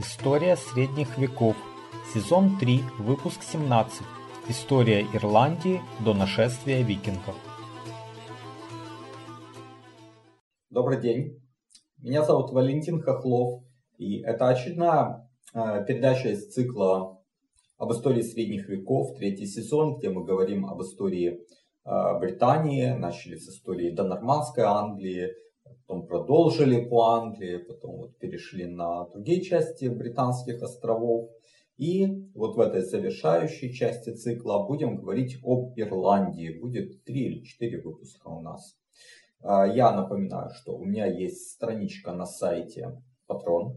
История средних веков. Сезон 3, выпуск 17. История Ирландии до нашествия викингов. Добрый день. Меня зовут Валентин Хохлов. И это очередная передача из цикла об истории средних веков, третий сезон, где мы говорим об истории Британии. Начали с истории донормандской Англии, потом продолжили по Англии, потом перешли на другие части британских островов. И вот в этой завершающей части цикла будем говорить об Ирландии. Будет 3 или 4 выпуска у нас. Я напоминаю, что у меня есть страничка на сайте Patreon.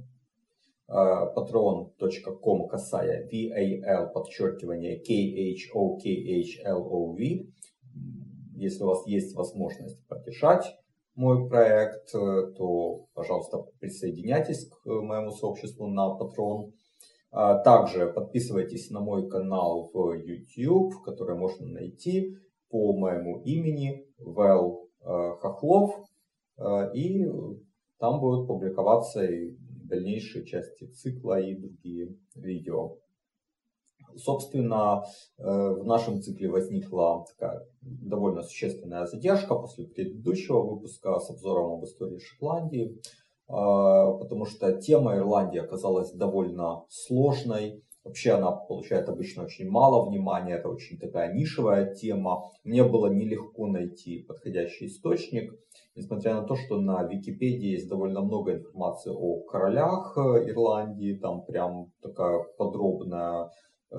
patreon.com касая VAL подчеркивание KHOKHLOV. Если у вас есть возможность поддержать мой проект, то, пожалуйста, присоединяйтесь к моему сообществу на Patreon. Также подписывайтесь на мой канал в YouTube, который можно найти по моему имени Вэл Хохлов. И там будут публиковаться и дальнейшие части цикла и другие видео. Собственно, в нашем цикле возникла такая довольно существенная задержка после предыдущего выпуска с обзором об истории Шотландии, потому что тема Ирландии оказалась довольно сложной. Вообще она получает обычно очень мало внимания, это очень такая нишевая тема. Мне было нелегко найти подходящий источник, несмотря на то, что на Википедии есть довольно много информации о королях Ирландии, там прям такая подробная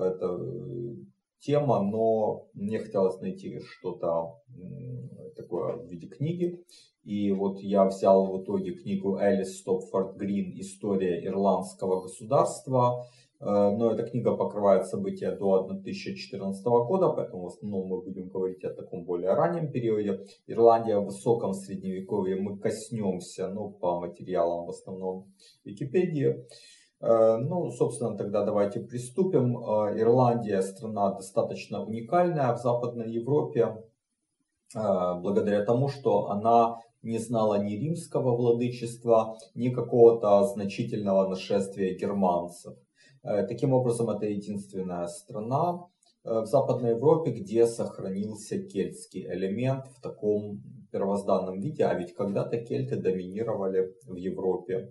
тема, но мне хотелось найти что-то такое в виде книги. И вот я взял в итоге книгу Элис Стопфорд Грин «История ирландского государства». Но эта книга покрывает события до 1014 года, поэтому в основном мы будем говорить о таком более раннем периоде. Ирландия в высоком средневековье мы коснемся, по материалам в основном Википедии. Собственно, тогда давайте приступим. Ирландия страна достаточно уникальная в Западной Европе, благодаря тому, что она не знала ни римского владычества, ни какого-то значительного нашествия германцев. Таким образом, это единственная страна в Западной Европе, где сохранился кельтский элемент в таком первозданном виде, а ведь когда-то кельты доминировали в Европе.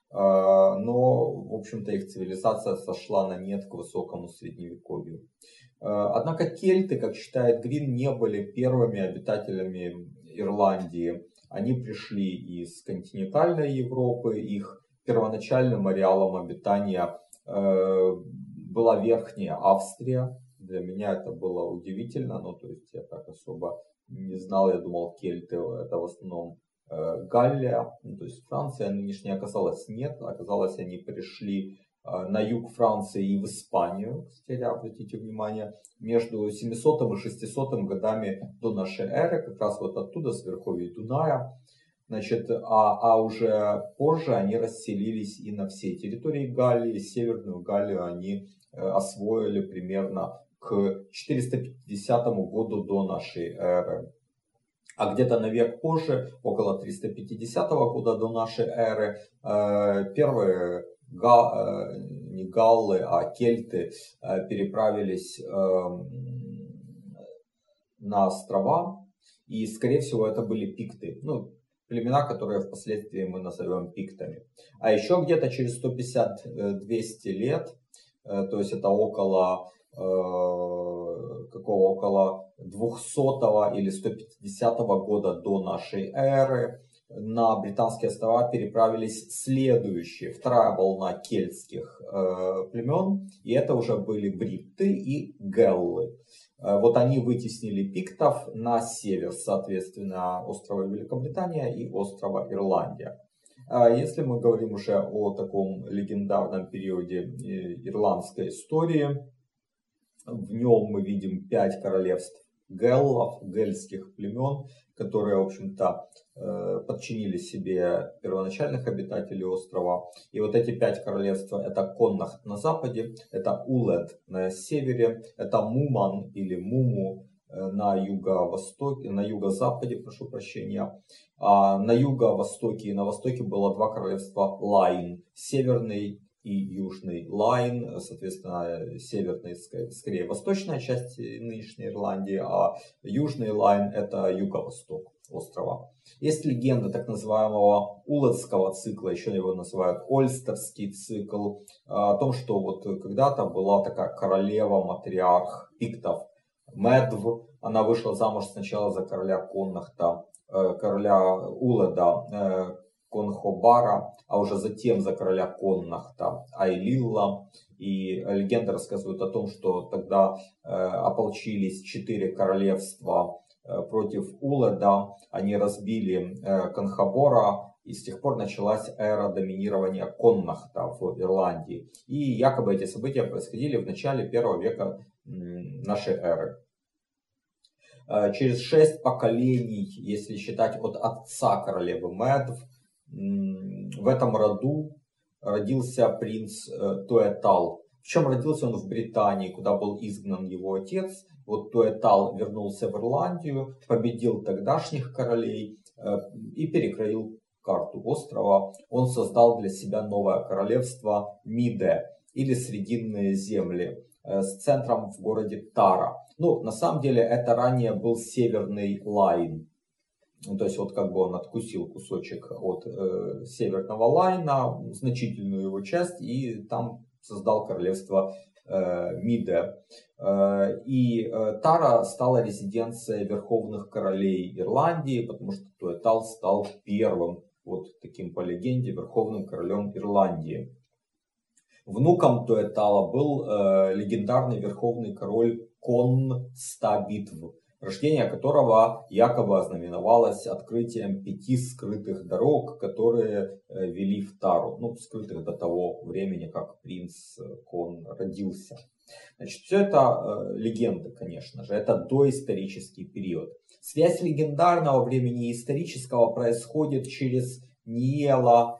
Но, в общем-то, их цивилизация сошла на нет к высокому средневековью. Однако кельты, как считает Грин, не были первыми обитателями Ирландии. Они пришли из континентальной Европы, их первоначальным ареалом обитания была Верхняя Австрия. Для меня это было удивительно, я так особо не знал, я думал, кельты это в основном Галлия, Франция нынешняя. Оказалось нет, оказалось они пришли на юг Франции и в Испанию, кстати, обратите внимание, между 700 и 600 годами до нашей эры, как раз вот оттуда, с верховья Дуная. А уже позже они расселились и на всей территории Галлии. Северную Галлию они освоили примерно к 450 году до нашей эры. А где-то на век позже, около 350 года до нашей эры, первые не галлы, а кельты переправились на острова. И, скорее всего, это были пикты. Племена, которые впоследствии мы назовем пиктами. А еще где-то через 150-200 лет, то есть это около 200 или 150 года до нашей эры, на Британские острова переправились следующие, вторая волна кельтских племен, и это уже были бритты и гэллы. Вот они вытеснили пиктов на север, соответственно, острова Великобритания и острова Ирландия. Если мы говорим уже о таком легендарном периоде ирландской истории, в нем мы видим 5 королевств гэллов, гельских племен, которые, в общем-то, подчинили себе первоначальных обитателей острова. И вот эти 5 королевств — это Коннахт на западе, это Улед на севере, это Муман или Муму на юго-востоке, на юго-западе, прошу прощения. А на юго-востоке и на востоке было 2 королевства Лайн, северный и Южный Лайн, соответственно, северная, скорее восточная часть нынешней Ирландии, а Южный Лайн это юго-восток острова. Есть легенда так называемого Улетского цикла, еще его называют Ольстерский цикл, о том, что вот когда-то была такая королева-матриарх пиктов Медв, она вышла замуж сначала за короля Коннахта, короля Уледа, Конхобара, а уже затем за короля Коннахта Айлилла. И легенда рассказывает о том, что тогда ополчились 4 королевства против Уледа, они разбили Конхобора, и с тех пор началась эра доминирования Коннахта в Ирландии. И якобы эти события происходили в начале 1 века нашей эры. Через 6 поколений, если считать от отца королевы Медв, в этом роду родился принц Туэтал. Причем родился он в Британии, куда был изгнан его отец. Вот Туэтал вернулся в Ирландию, победил тогдашних королей и перекроил карту острова. Он создал для себя новое королевство Миде, или Срединные земли, с центром в городе Тара. Ну, на самом деле, это ранее был Северный Лайн. То есть, вот как бы он откусил кусочек от Северного Лайна, значительную его часть, и там создал королевство Миде. И Тара стала резиденцией верховных королей Ирландии, потому что Туэтал стал первым, вот таким по легенде, верховным королем Ирландии. Внуком Туэтала был легендарный верховный король Констабитв, рождение которого якобы ознаменовалось открытием 5 скрытых дорог, которые вели в Тару. Ну, скрытых до того времени, как принц Кон родился. Значит, все это легенда, конечно же, это доисторический период. Связь легендарного времени и исторического происходит через Ниэла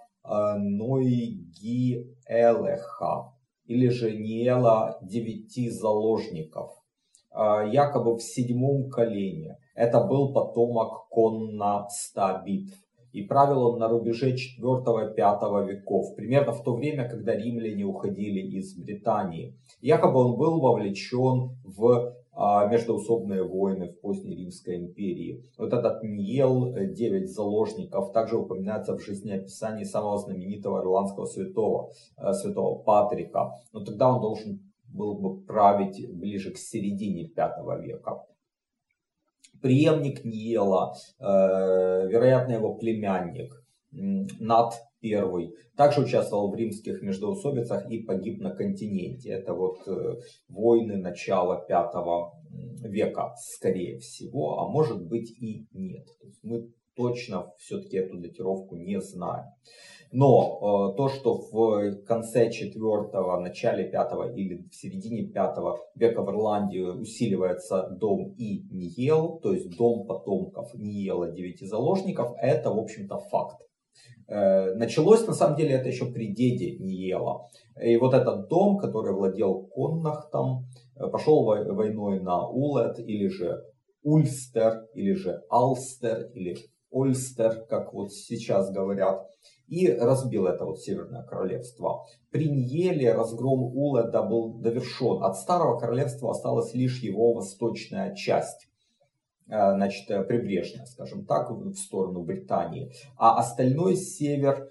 Нойгиэлеха, или же Ниэла 9 заложников. Якобы в 7 колене. Это был потомок Коннастабитв. И правил он на рубеже 4-5 веков, примерно в то время, когда римляне уходили из Британии. Якобы он был вовлечен в междоусобные войны в поздней Римской империи. Вот этот Ниэл, 9 заложников, также упоминается в жизнеописании самого знаменитого ирландского святого Патрика. Но тогда он должен был бы править ближе к середине 5 века. Преемник Ниэла, вероятно его племянник, Нат I, также участвовал в римских междоусобицах и погиб на континенте. Это вот войны начала 5 века, скорее всего, а может быть и нет. То есть мы точно все-таки эту датировку не знаем. Но то, что в конце 4-го, начале 5-го или в середине 5 века в Ирландии усиливается дом И Ниэл, то есть дом потомков Ниэла 9 заложников, это, в общем-то, факт. Началось, на самом деле, это еще при деде Ниэла. И вот этот дом, который владел Коннахтом, пошел войной на Улет, или же Ульстер, или же Алстер, или Ольстер, как вот сейчас говорят, и разбил это вот Северное Королевство. При Ниэле разгром Уледа был довершен. От Старого Королевства осталась лишь его восточная часть, значит, прибрежная, скажем так, в сторону Британии. А остальной север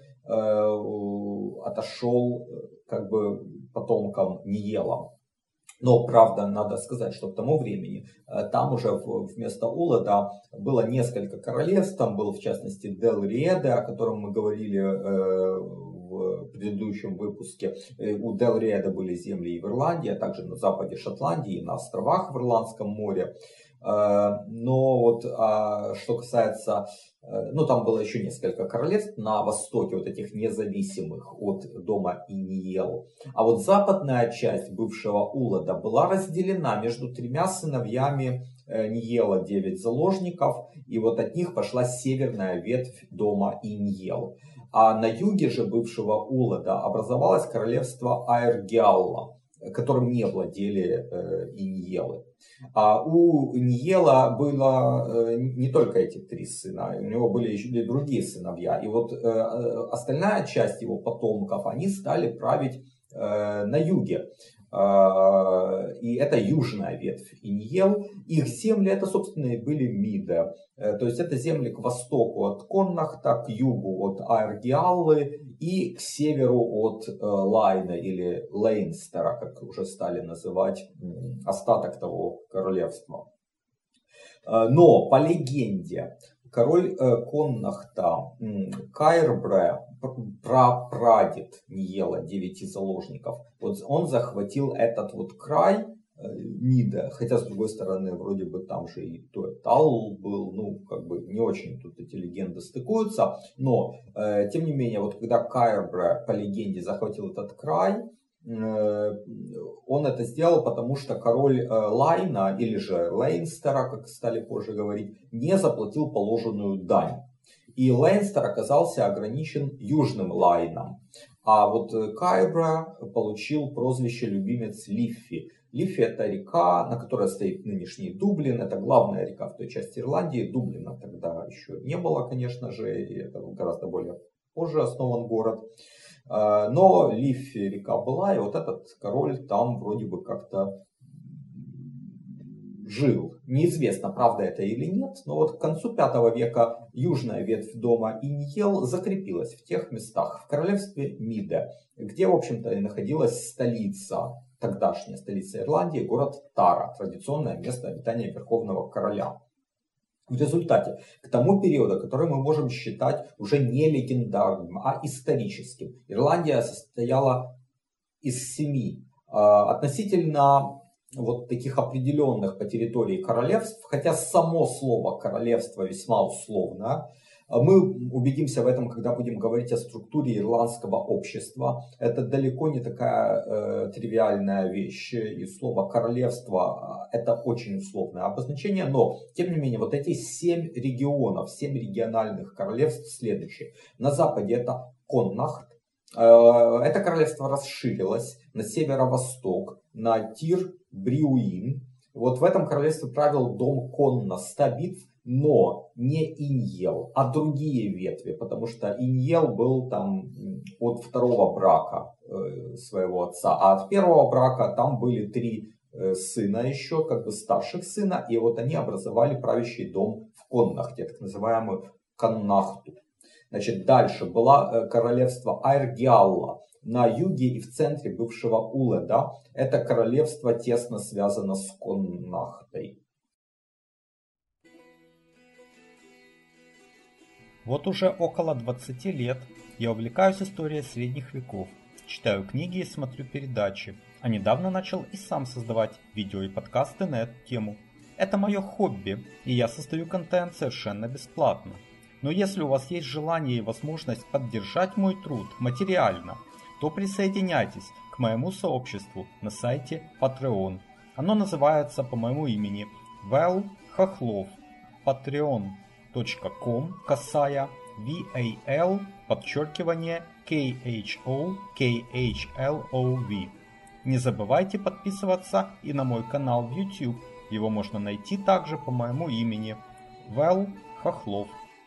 отошел как бы потомкам Ниэла. Но, правда, надо сказать, что к тому времени там уже вместо Уледа было несколько королевств. Там был, в частности, Делриеде, о котором мы говорили в предыдущем выпуске. У Делриеде были земли и в Ирландии, а также на западе Шотландии, и на островах в Ирландском море. Но вот что касается, ну там было еще несколько королевств на востоке, вот этих независимых от дома И Ниэл. А вот западная часть бывшего Уледа была разделена между 3 сыновьями Ниэла, 9 заложников, и вот от них пошла северная ветвь дома И Ниэл. А на юге же бывшего Уледа образовалось королевство Аэргиалла, которым не владели И Ниэлы. А у Ниэла было не только эти 3 сына, у него были еще и другие сыновья. И вот остальная часть его потомков, они стали править на юге. И это южная ветвь Иньел. Их земли это, собственно, и были Миде. То есть это земли к востоку от Коннахта, к югу от Аэргиаллы и к северу от Лайна или Лейнстера, как уже стали называть остаток того королевства. Но по легенде король Коннахта Каэрбре, прапрадед Ньела, 9 заложников, вот он захватил этот вот край Мида, хотя с другой стороны вроде бы там же и Тал был, ну как бы не очень тут эти легенды стыкуются, но тем не менее вот когда Каэрбре по легенде захватил этот край, он это сделал, потому что король Лайна, или же Лейнстера, как стали позже говорить, не заплатил положенную дань. И Лейнстер оказался ограничен южным Лайном. А вот Каэбра получил прозвище любимец Лиффи. Лиффи это река, на которой стоит нынешний Дублин. Это главная река в той части Ирландии. Дублина тогда еще не было, конечно же. И это гораздо более позже основан город. Но Лиффи река была, и вот этот король там вроде бы как-то жил. Неизвестно, правда это или нет, но вот к концу 5 века южная ветвь дома Иньел закрепилась в тех местах, в королевстве Миде, где, в общем-то, и находилась столица, тогдашняя столица Ирландии, город Тара, традиционное место обитания Верховного Короля. В результате, к тому периоду, который мы можем считать уже не легендарным, а историческим, Ирландия состояла из 7 относительно вот таких определенных по территории королевств, хотя само слово королевство весьма условно. Мы убедимся в этом, когда будем говорить о структуре ирландского общества. Это далеко не такая тривиальная вещь. И слово королевство это очень условное обозначение. Но, тем не менее, вот эти 7 регионов, 7 региональных королевств следующие. На западе это Коннахт. Это королевство расширилось на северо-восток, на Тир-Бриуин. Вот в этом королевстве правил дом Конна 100 битв, но не Иньел, а другие ветви, потому что Иньел был там от 2-го брака своего отца, а от 1-го брака там были 3 сына еще, как бы старших сына, и вот они образовали правящий дом в Коннахте, так называемую Коннахту. Значит, дальше было королевство Аэргиалла на юге и в центре бывшего Уледа. Это королевство тесно связано с Коннахтой. Вот уже около 20 лет я увлекаюсь историей средних веков, читаю книги и смотрю передачи, а недавно начал и сам создавать видео и подкасты на эту тему. Это мое хобби, и я создаю контент совершенно бесплатно. Но если у вас есть желание и возможность поддержать мой труд материально, то присоединяйтесь к моему сообществу на сайте Patreon. Оно называется по моему имени Вэл Хохлов. patreon.com /VAL KHOKHLOV. Не забывайте подписываться и на мой канал в YouTube. Его можно найти также по моему имени Вэл Хохлов.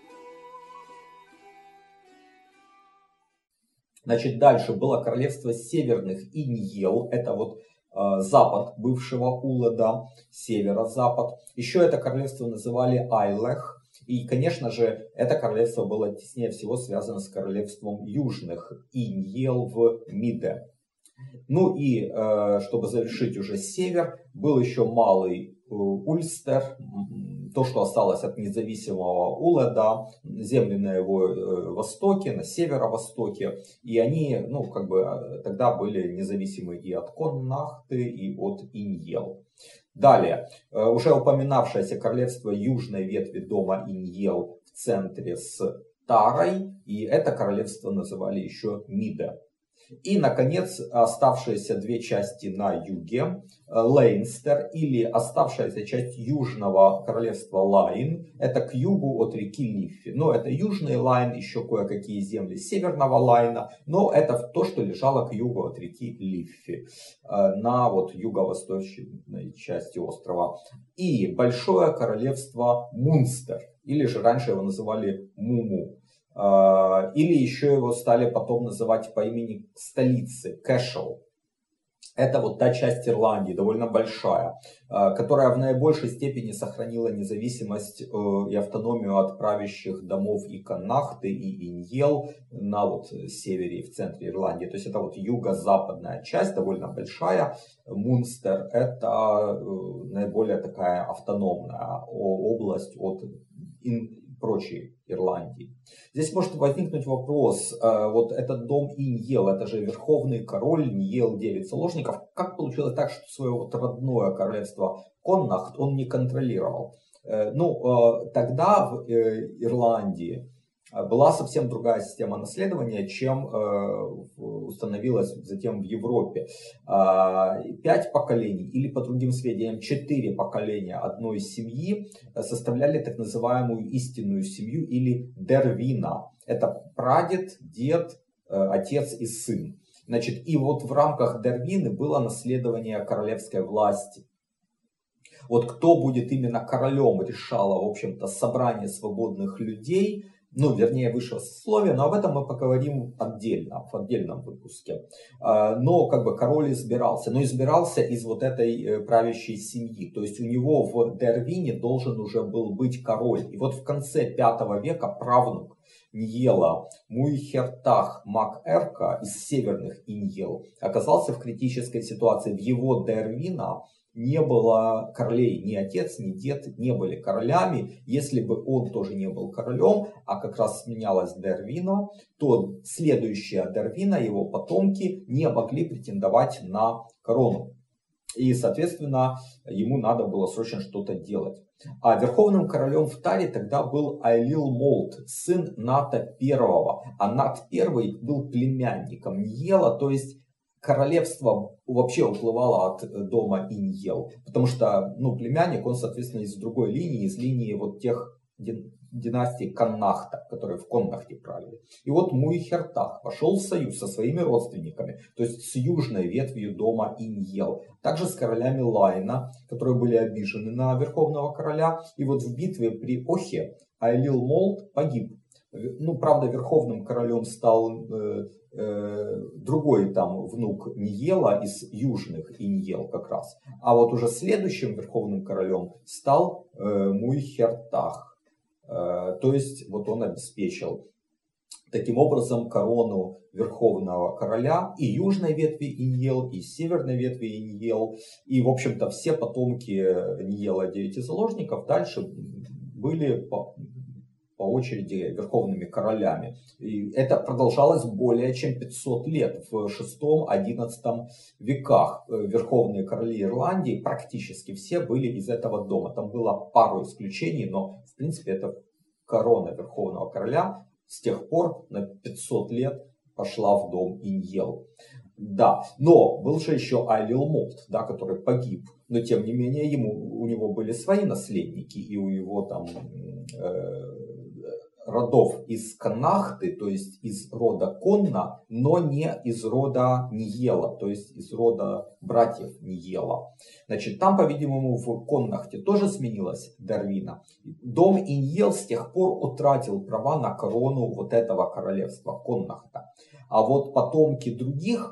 Значит, дальше было королевство северных Иньел, это вот запад бывшего Уледа, северо-запад. Еще это королевство называли Айлех. И, конечно же, это королевство было теснее всего связано с королевством южных Иньел в Миде. Ну и, чтобы завершить уже север, был еще малый Ульстер, то, что осталось от независимого Уледа, земли на его востоке, на северо-востоке. И они, ну, как бы тогда были независимы и от Коннахты, и от Иньел. Далее, уже упоминавшееся королевство южной ветви дома Иньел в центре с Тарой, и это королевство называли еще Миде. И, наконец, оставшиеся 2 части на юге, Лейнстер, или оставшаяся часть южного королевства Лайн, это к югу от реки Лиффи. Но это южный Лайн, еще кое-какие земли северного Лайна, но это то, что лежало к югу от реки Лиффи, на вот юго-восточной части острова. И большое королевство Мунстер. или же раньше его называли Муму. Или еще его стали потом называть по имени столицы, Кэшел. Это вот та часть Ирландии, довольно большая, которая в наибольшей степени сохранила независимость и автономию от правящих домов и Канахты, и Иньел на вот севере и в центре Ирландии. То есть это вот юго-западная часть, довольно большая. Мунстер — это наиболее такая автономная область от прочей Ирландии. Здесь может возникнуть вопрос, вот этот дом Иньел, это же верховный король Ньел, 9 заложников, как получилось так, что свое вот родное королевство Коннахт он не контролировал? Тогда в Ирландии была совсем другая система наследования, чем установилась затем в Европе. 5 поколений, или по другим сведениям 4 поколения одной семьи составляли так называемую истинную семью или дервина. Это прадед, дед, отец и сын. Значит, и вот в рамках дервины было наследование королевской власти. Вот кто будет именно королем, решало, в общем-то, собрание свободных людей, вернее, высшего сословия, но об этом мы поговорим отдельно, в отдельном выпуске. Но как бы король избирался, но избирался из вот этой правящей семьи. То есть у него в Дервине должен уже был быть король. И вот в конце 5 века правнук Ньела Муйхертах Мак-Эрка из северных Иньел оказался в критической ситуации. В его Дервина не было королей, ни отец, ни дед не были королями. Если бы он тоже не был королем, а как раз сменялась Дервина, то следующая Дервина, его потомки, не могли претендовать на корону. И, соответственно, ему надо было срочно что-то делать. А верховным королем в Таре тогда был Айлил Молт, сын Ната I. А Нат I был племянником Ньела, то есть королевство вообще уплывало от дома Иньел, потому что, племянник, он, соответственно, из другой линии, из линии вот тех династий Каннахта, которые в Коннахте правили. И вот Муйхертах пошел в союз со своими родственниками, то есть с южной ветвью дома Иньел, также с королями Лайна, которые были обижены на верховного короля. И вот в битве при Охе Айлил Молт погиб. Правда, верховным королем стал другой там внук Ньела из южных Иньел как раз. А вот уже следующим верховным королем стал Муйхертах. То есть вот он обеспечил таким образом корону верховного короля и южной ветви Иньел, и северной ветви Иньел. И, в общем-то, все потомки Ньела 9 заложников дальше были по очереди верховными королями. И это продолжалось более чем 500 лет. В 6-11 веках верховные короли Ирландии практически все были из этого дома. Там было пару исключений, но в принципе это корона верховного короля с тех пор на 500 лет пошла в дом Иньел. Да, но был же еще Айлил Молт, да, который погиб. Но тем не менее у него были свои наследники, и у его там родов из Канахты, то есть из рода Конна, но не из рода Ньела, то есть из рода братьев Ньела. Значит, там, по-видимому, в Коннахте тоже сменилась Дервина. Дом Иньел с тех пор утратил права на корону вот этого королевства Коннахта. А вот потомки других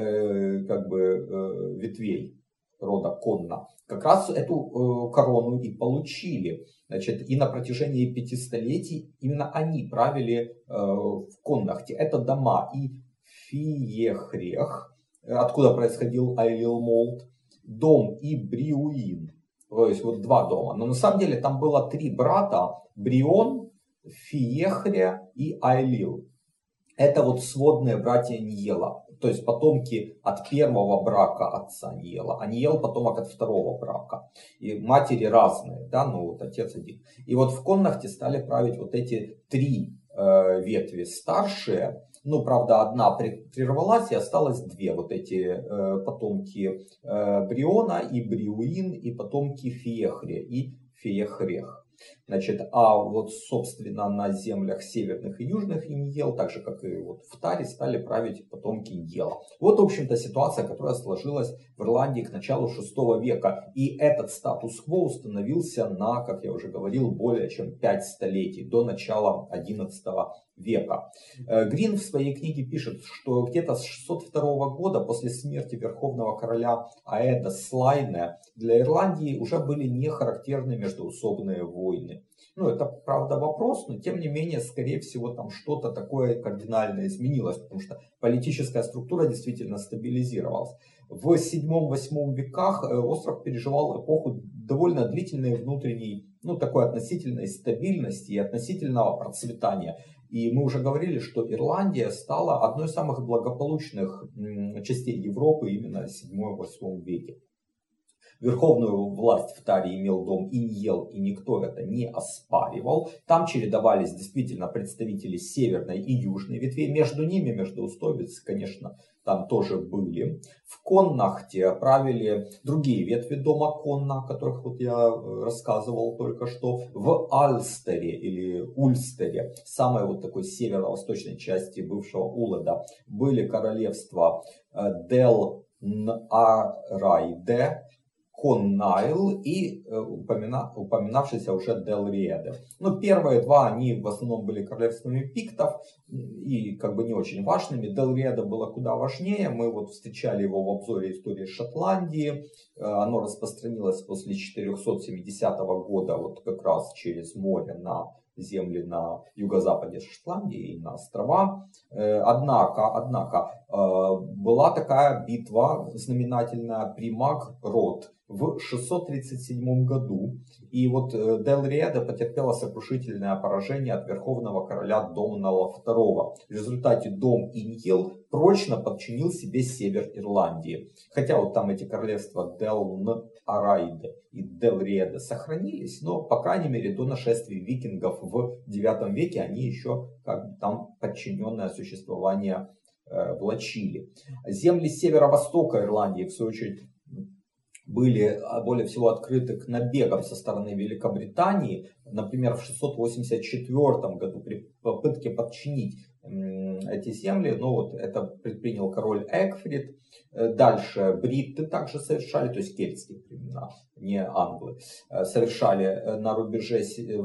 ветвей рода Конна как раз эту корону и получили. Значит, и на протяжении 5 столетий именно они правили в Коннахте. Это дома и Фиехрех, откуда происходил Айлил Молт, дом и Бриуин. То есть вот 2 дома. Но на самом деле там было 3 брата: Брион, Фиехре и Айлил. Это вот сводные братья Ньела, то есть потомки от первого брака отца Ньела, а Ньел потомок от второго брака. И матери разные, да, вот отец один. И вот в Коннахте стали править вот эти 3 ветви старшие. Правда, одна прервалась, и осталось 2. Вот эти потомки Бриона и Бриуин, и потомки Фиехре и Фиехрех. Значит, а вот, собственно, на землях северных и южных Иньел, так же, как и вот в Таре, стали править потомки Иньела. Вот, в общем-то, ситуация, которая сложилась в Ирландии к началу VI века. И этот статус-кво установился на, как я уже говорил, более чем 5 столетий, до начала XI века. Грин в своей книге пишет, что где-то с 602 года, после смерти верховного короля Аэда Слайне, для Ирландии уже были не характерны междоусобные войны. Ну, это, правда, вопрос, но, тем не менее, скорее всего, там что-то такое кардинально изменилось, потому что политическая структура действительно стабилизировалась. В 7-8 веках остров переживал эпоху довольно длительной внутренней, ну, такой относительной стабильности и относительного процветания. И мы уже говорили, что Ирландия стала одной из самых благополучных частей Европы именно в 7-8 веке. Верховную власть в Таре имел дом Иньел, и никто это не оспаривал. Там чередовались действительно представители северной и южной ветвей. Между ними междоустойбицы, конечно, там тоже были. В Коннахте правили другие ветви дома Конна, о которых вот я рассказывал только что. В Альстере или Ульстере, самой вот такой северо-восточной части бывшего Уледа, были королевства Дел-Н'Арайде, Коннайл и упоминавшийся уже Дел-Риеде. Но первые два, они в основном были королевствами пиктов и как бы не очень важными. Дел-Риеде было куда важнее. Мы вот встречали его в обзоре истории Шотландии. Оно распространилось после 470 года вот как раз через море на земли на юго-западе Шотландии и на острова. Однако была такая битва знаменательная при Маг-Рот в 637 году. И вот Дел-Риеде потерпела сокрушительное поражение от верховного короля Домнала II. В результате дом Иньел прочно подчинил себе север Ирландии. Хотя вот там эти королевства Дел-Н'Арайде и Дел-Риеде сохранились, но, по крайней мере, до нашествия викингов в IX веке они еще как бы там подчиненное существование влачили. Земли северо-востока Ирландии, в свою очередь, были более всего открыты к набегам со стороны Великобритании. Например, в 684 году при попытке подчинить эти земли, но вот это предпринял король Эгфрид. Дальше бритты также совершали, то есть кельтские племена, не англы, совершали на рубеже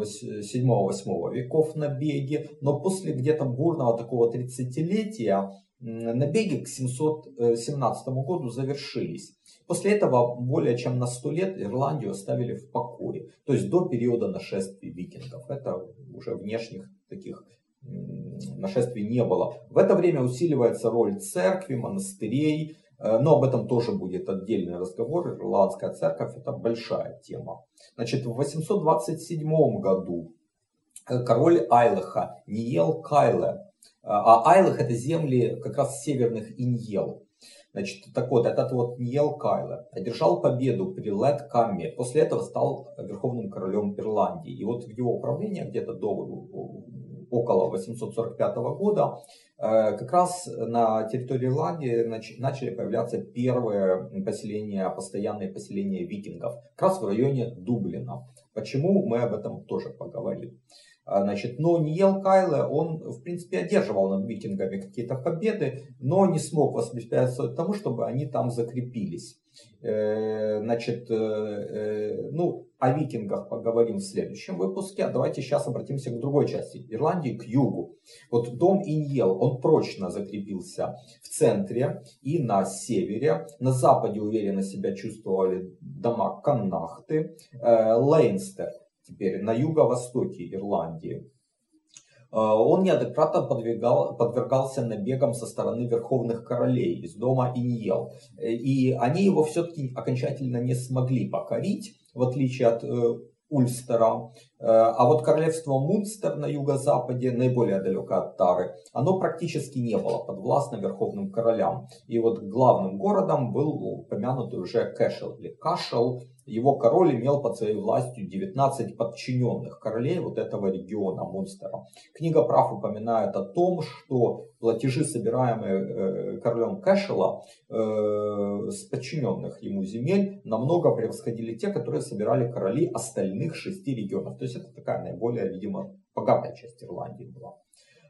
7-8 веков набеги. Но после где-то бурного такого 30-летия набеги к 717 году завершились. После этого более чем на 100 лет Ирландию оставили в покое. То есть до периода нашествия викингов. Это уже внешних таких нашествий не было. В это время усиливается роль церкви, монастырей. Но об этом тоже будет отдельный разговор. Ирландская церковь — это большая тема. Значит, в 827 году король Айлеха Ниел Кайле, а Айлех — это земли как раз северных Иньел. Значит, так вот, этот вот Ниел Кайле одержал победу при Лет-Камме. После этого стал верховным королем Ирландии. И вот в его правлении где-то до около 845 года как раз на территории Ирландии начали появляться первые поселения, постоянные поселения викингов. Как раз в районе Дублина. Почему, мы об этом тоже поговорим. Значит, но Ниел Кайле, он в принципе одерживал над викингами какие-то победы, но не смог воспрепятствовать тому, чтобы они там закрепились. Значит, ну, о викингах поговорим в следующем выпуске, а давайте сейчас обратимся к другой части Ирландии, к югу. Вот дом Иньел, он прочно закрепился в центре и на севере. На западе уверенно себя чувствовали дома Коннахты, Лейнстер. Теперь на юго-востоке Ирландии. Он неоднократно подвергался набегам со стороны верховных королей из дома Иньел. И они его все-таки окончательно не смогли покорить, в отличие от Ульстера. А вот королевство Мунстер на юго-западе, наиболее далеко от Тары, оно практически не было подвластно верховным королям. И вот главным городом был упомянутый уже Кэшел или Кашел. его король имел под своей властью 19 подчиненных королей вот этого региона Мунстера. Книга прав упоминает о том, что платежи, собираемые королем Кэшела с подчиненных ему земель, намного превосходили те, которые собирали короли остальных 6 регионов. То есть это такая наиболее, видимо, богатая часть Ирландии была.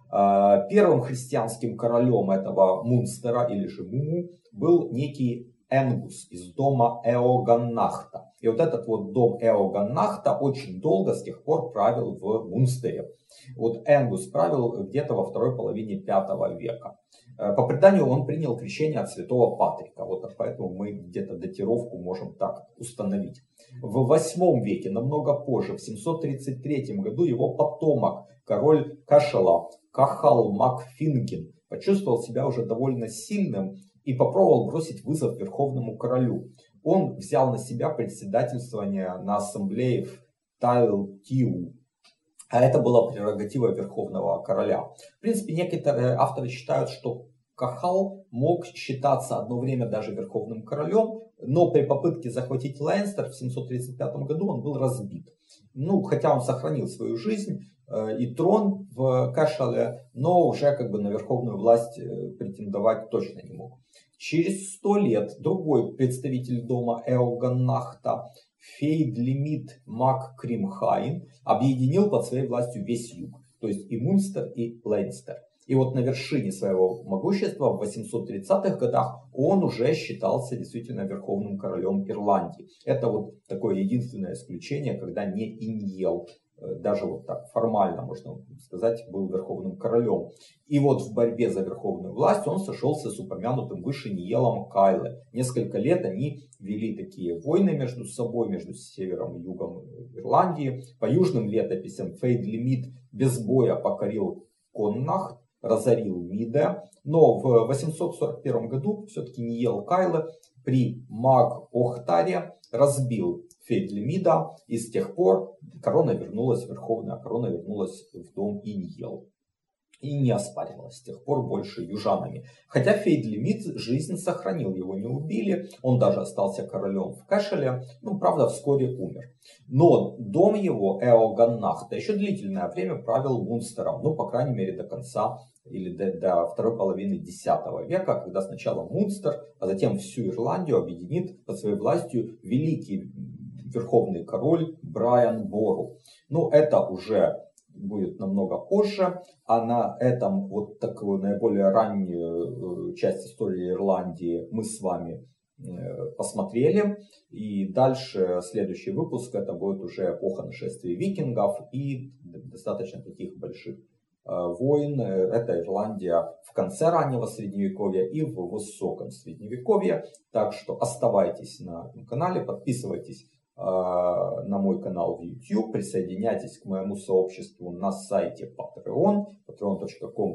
Первым христианским королем этого Мунстера, или же Муму, был некий Энгус из дома Эоганнахта. И вот этот вот дом Эоганнахта очень долго с тех пор правил в Мунстере. Вот Энгус правил где-то во второй половине 5 века. По преданию он принял крещение от святого Патрика. Вот поэтому мы где-то датировку можем так установить. В 8 веке, намного позже, в 733 году, его потомок, король Кэшела, Кахал Макфинген, почувствовал себя уже довольно сильным и попробовал бросить вызов верховному королю. Он взял на себя председательствование на ассамблее в Тайлтиу. А это была прерогатива верховного короля. В принципе, некоторые авторы считают, что Кахал мог считаться одно время даже верховным королем, но при попытке захватить Лейнстер в 735 году он был разбит. Ну, хотя он сохранил свою жизнь и трон в Кэшеле, но уже как бы на верховную власть претендовать точно не мог. Через 100 лет другой представитель дома Эоганнахта, Фейдлимит Мак Кримхайн, объединил под своей властью весь юг, то есть и Мунстер, и Лейнстер. И вот на вершине своего могущества в 830-х годах он уже считался действительно верховным королем Ирландии. Это вот такое единственное исключение, когда не Иньел, даже вот так формально, можно сказать, был верховным королем. И вот в борьбе за верховную власть он сошелся с упомянутым выше Ниелом Кайле. Несколько лет они вели такие войны между собой, между севером и югом Ирландии. По южным летописям Фейдлимит без боя покорил Коннахт, разорил Миде, но в 841 году все-таки Ниел Кайле при Маг-Охтаре разбил Фейдлимида, и с тех пор корона вернулась, верховная корона вернулась в дом Иньел. И не оспаривалась с тех пор больше южанами. Хотя Фейдлимид жизнь сохранил, его не убили, он даже остался королем в Кэшеле, ну, правда, вскоре умер. Но дом его, Эоганнахта, еще длительное время правил Мунстером, ну, по крайней мере, до конца или до второй половины X века, когда сначала Мунстер, а затем всю Ирландию объединит под своей властью великий верховный король Брайан Бору. Ну, это уже будет намного позже, а на этом вот такую наиболее раннюю часть истории Ирландии мы с вами посмотрели. И дальше следующий выпуск это будет уже эпоха нашествия викингов и достаточно таких больших войн. Это Ирландия в конце раннего средневековья и в высоком средневековье. Так что оставайтесь на этом канале, подписывайтесь на мой канал в YouTube, присоединяйтесь к моему сообществу на сайте Patreon, patreon.com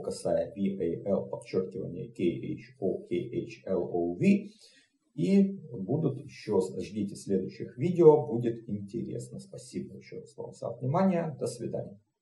/VAL_KHOKHLOV, и будут еще, ждите следующих видео, будет интересно. Спасибо еще раз вам за внимание, до свидания.